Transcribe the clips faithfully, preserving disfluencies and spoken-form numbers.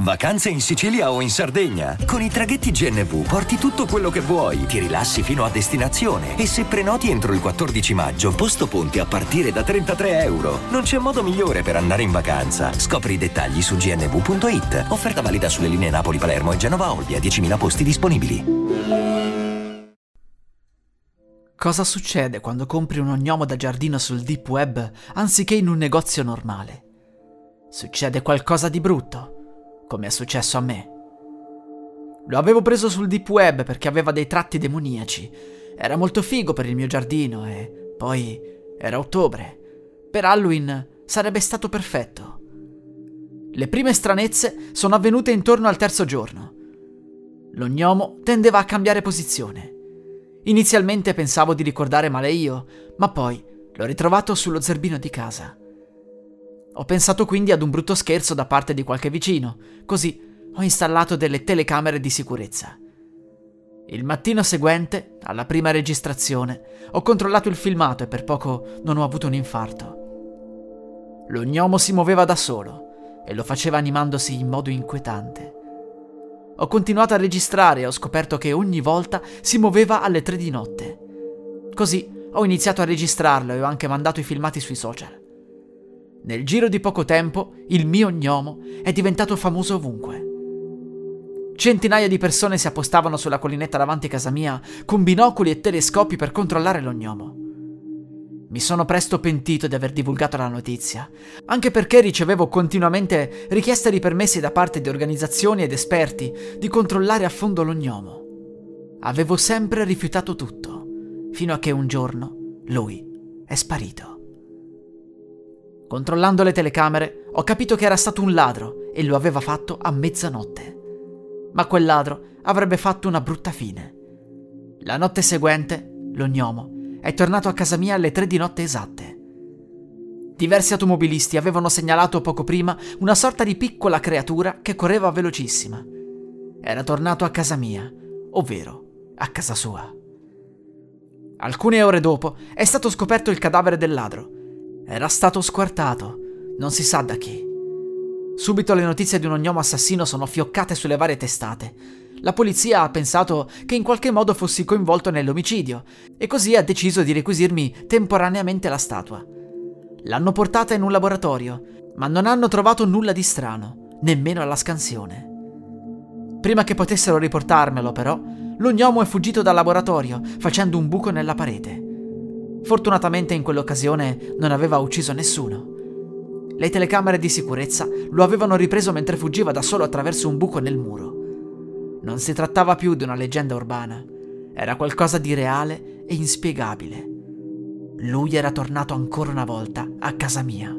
Vacanze in Sicilia o in Sardegna? Con i traghetti G N V porti tutto quello che vuoi, ti rilassi fino a destinazione e se prenoti entro il quattordici maggio, posto ponti a partire da trentatré euro. Non c'è modo migliore per andare in vacanza. Scopri i dettagli su g n v punto i t. Offerta valida sulle linee Napoli-Palermo e Genova-Olbia, diecimila posti disponibili. Cosa succede quando compri un ognomo da giardino sul deep web anziché in un negozio normale? Succede qualcosa di brutto, come è successo a me. Lo avevo preso sul deep web perché aveva dei tratti demoniaci. Era molto figo per il mio giardino e poi era ottobre. Per Halloween sarebbe stato perfetto. Le prime stranezze sono avvenute intorno al terzo giorno. L'ognomo tendeva a cambiare posizione. Inizialmente pensavo di ricordare male io, ma poi l'ho ritrovato sullo zerbino di casa. Ho pensato quindi ad un brutto scherzo da parte di qualche vicino, così ho installato delle telecamere di sicurezza. Il mattino seguente, alla prima registrazione, ho controllato il filmato e per poco non ho avuto un infarto. L'ognomo si muoveva da solo e lo faceva animandosi in modo inquietante. Ho continuato a registrare e ho scoperto che ogni volta si muoveva alle tre di notte. Così ho iniziato a registrarlo e ho anche mandato i filmati sui social. Nel giro di poco tempo, il mio ognomo è diventato famoso ovunque. Centinaia di persone si appostavano sulla collinetta davanti a casa mia con binocoli e telescopi per controllare l'ognomo. Mi sono presto pentito di aver divulgato la notizia, anche perché ricevevo continuamente richieste di permessi da parte di organizzazioni ed esperti di controllare a fondo l'ognomo. Avevo sempre rifiutato tutto, fino a che un giorno lui è sparito. Controllando le telecamere, ho capito che era stato un ladro e lo aveva fatto a mezzanotte. Ma quel ladro avrebbe fatto una brutta fine. La notte seguente, l'ognomo è tornato a casa mia alle tre di notte esatte. Diversi automobilisti avevano segnalato poco prima una sorta di piccola creatura che correva velocissima. Era tornato a casa mia, ovvero a casa sua. Alcune ore dopo è stato scoperto il cadavere del ladro. Era stato squartato, non si sa da chi. Subito le notizie di un ognomo assassino sono fioccate sulle varie testate. La polizia ha pensato che in qualche modo fossi coinvolto nell'omicidio e così ha deciso di requisirmi temporaneamente la statua. L'hanno portata in un laboratorio, ma non hanno trovato nulla di strano, nemmeno alla scansione. Prima che potessero riportarmelo, però, l'ognomo è fuggito dal laboratorio, facendo un buco nella parete. Fortunatamente in quell'occasione non aveva ucciso nessuno. Le telecamere di sicurezza lo avevano ripreso mentre fuggiva da solo attraverso un buco nel muro. Non si trattava più di una leggenda urbana, era qualcosa di reale e inspiegabile. Lui era tornato ancora una volta a casa mia.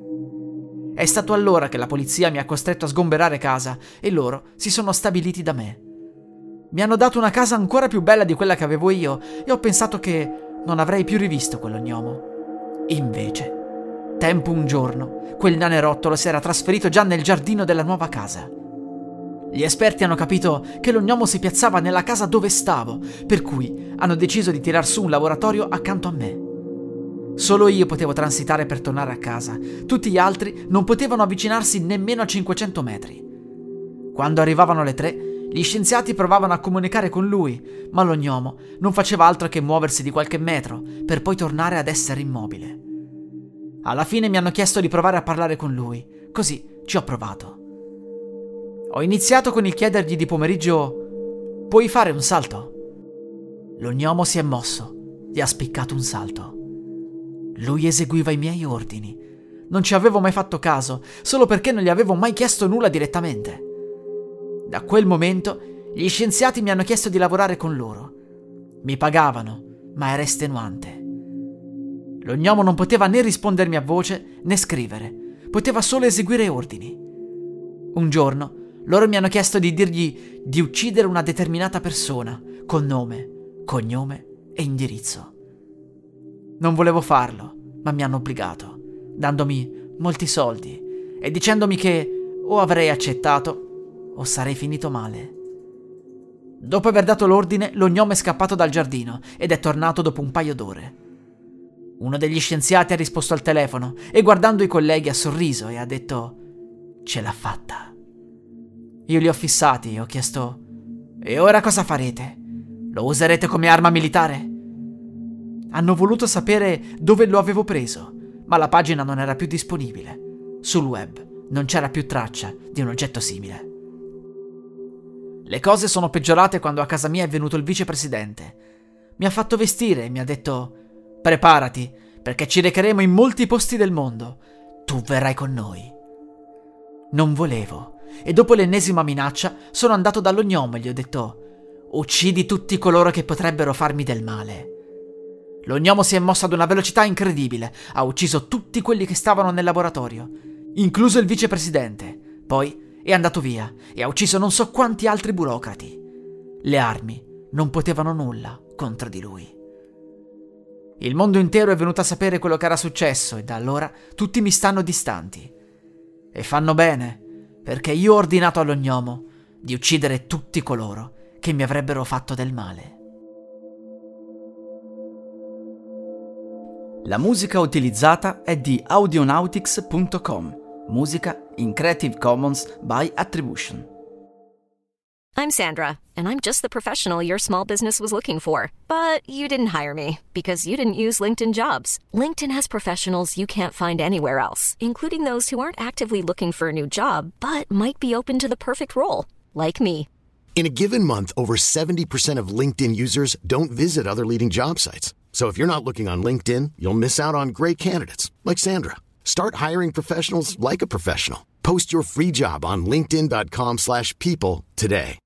È stato allora che la polizia mi ha costretto a sgomberare casa e loro si sono stabiliti da me. Mi hanno dato una casa ancora più bella di quella che avevo io e ho pensato che non avrei più rivisto quell'ognomo. Invece, tempo un giorno, quel nanerottolo si era trasferito già nel giardino della nuova casa. Gli esperti hanno capito che l'ognomo si piazzava nella casa dove stavo, per cui hanno deciso di tirar su un laboratorio accanto a me. Solo io potevo transitare per tornare a casa, tutti gli altri non potevano avvicinarsi nemmeno a cinquecento metri. Quando arrivavano le tre, gli scienziati provavano a comunicare con lui, ma l'ognomo non faceva altro che muoversi di qualche metro per poi tornare ad essere immobile. Alla fine mi hanno chiesto di provare a parlare con lui, così ci ho provato. Ho iniziato con il chiedergli di pomeriggio: puoi fare un salto? L'ognomo si è mosso e ha spiccato un salto. Lui eseguiva i miei ordini. Non ci avevo mai fatto caso, solo perché non gli avevo mai chiesto nulla direttamente. Da quel momento gli scienziati mi hanno chiesto di lavorare con loro. Mi pagavano, ma era estenuante. L'ognomo non poteva né rispondermi a voce né scrivere, poteva solo eseguire ordini. Un giorno loro mi hanno chiesto di dirgli di uccidere una determinata persona, con nome, cognome e indirizzo. Non volevo farlo, ma mi hanno obbligato, dandomi molti soldi e dicendomi che o avrei accettato o sarei finito male. Dopo aver dato l'ordine, l'ognomo è scappato dal giardino ed è tornato dopo un paio d'ore. Uno degli scienziati ha risposto al telefono e guardando i colleghi ha sorriso e ha detto: ce l'ha fatta. Io li ho fissati e ho chiesto: e ora cosa farete? Lo userete come arma militare? Hanno voluto sapere dove lo avevo preso, ma la pagina non era più disponibile. Sul web non c'era più traccia di un oggetto simile. Le cose sono peggiorate quando a casa mia è venuto il vicepresidente. Mi ha fatto vestire e mi ha detto: preparati, perché ci recheremo in molti posti del mondo. Tu verrai con noi. Non volevo, e dopo l'ennesima minaccia sono andato dallo gnomo e gli ho detto: uccidi tutti coloro che potrebbero farmi del male. Lo gnomo si è mosso ad una velocità incredibile, ha ucciso tutti quelli che stavano nel laboratorio, incluso il vicepresidente. Poi è andato via e ha ucciso non so quanti altri burocrati. Le armi non potevano nulla contro di lui. Il mondo intero è venuto a sapere quello che era successo e da allora tutti mi stanno distanti. E fanno bene, perché io ho ordinato allo gnomo di uccidere tutti coloro che mi avrebbero fatto del male. La musica utilizzata è di audionautics punto com, musica in Creative Commons by Attribution. I'm Sandra, and I'm just the professional your small business was looking for. But you didn't hire me because you didn't use LinkedIn Jobs. LinkedIn has professionals you can't find anywhere else, including those who aren't actively looking for a new job, but might be open to the perfect role, like me. In a given month, over seventy percent of LinkedIn users don't visit other leading job sites. So if you're not looking on LinkedIn, you'll miss out on great candidates like Sandra. Start hiring professionals like a professional. Post your free job on linkedin dot com slash people today.